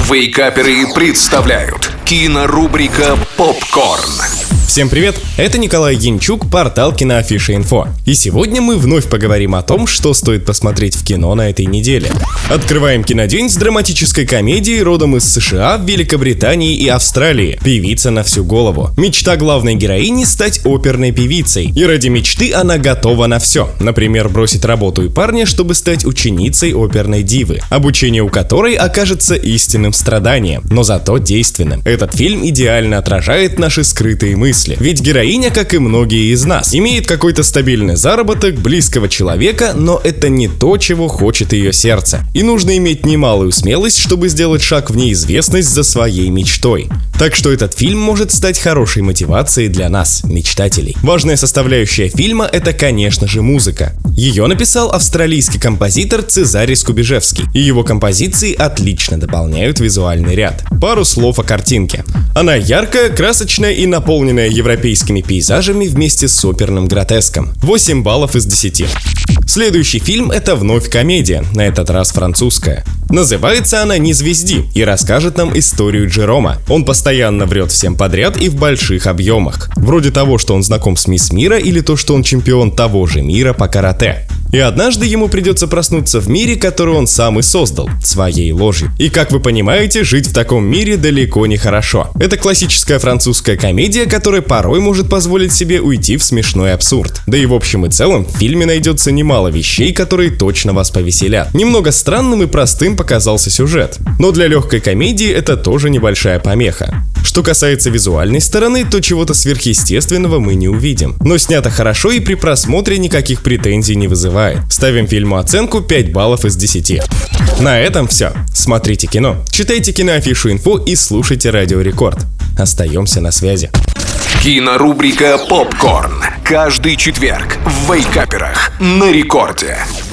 Вейкаперы представляют кинорубрика «Попкорн». Всем привет, это Николай Янчук, портал Киноафиша.инфо. И сегодня мы вновь поговорим о том, что стоит посмотреть в кино на этой неделе. Открываем кинодень с драматической комедией родом из США, Великобритании и Австралии. «Певица на всю голову». Мечта главной героини — стать оперной певицей. И ради мечты она готова на все. Например, бросить работу и парня, чтобы стать ученицей оперной дивы, обучение у которой окажется истинным страданием, но зато действенным. Этот фильм идеально отражает наши скрытые мысли. Ведь героиня, как и многие из нас, имеет какой-то стабильный заработок, близкого человека, но это не то, чего хочет ее сердце. И нужно иметь немалую смелость, чтобы сделать шаг в неизвестность за своей мечтой. Так что этот фильм может стать хорошей мотивацией для нас, мечтателей. Важная составляющая фильма — это, конечно же, музыка. Ее написал австралийский композитор Цезарий Скубижевский, и его композиции отлично дополняют визуальный ряд. Пару слов о картинке. Она яркая, красочная и наполненная европейскими пейзажами вместе с оперным гротеском. 8 баллов из 10. Следующий фильм — это вновь комедия, на этот раз французская. Называется она «Не звезди» и расскажет нам историю Джерома. Он постоянно врет всем подряд и в больших объемах. Вроде того, что он знаком с мисс Мира, или то, что он чемпион того же мира по карате. И однажды ему придется проснуться в мире, который он сам и создал, своей ложью. И, как вы понимаете, жить в таком мире далеко не хорошо. Это классическая французская комедия, которая порой может позволить себе уйти в смешной абсурд. Да и в общем и целом в фильме найдется немало вещей, которые точно вас повеселят. Немного странным и простым показался сюжет, но для легкой комедии это тоже небольшая помеха. Что касается визуальной стороны, то чего-то сверхъестественного мы не увидим. Но снято хорошо и при просмотре никаких претензий не вызывает. Ставим фильму оценку 5 баллов из 10. На этом все. Смотрите кино, читайте Киноафишу.инфо и слушайте Радио Рекорд. Остаемся на связи. Кинорубрика «Попкорн». Каждый четверг в Вейкаперах на Рекорде.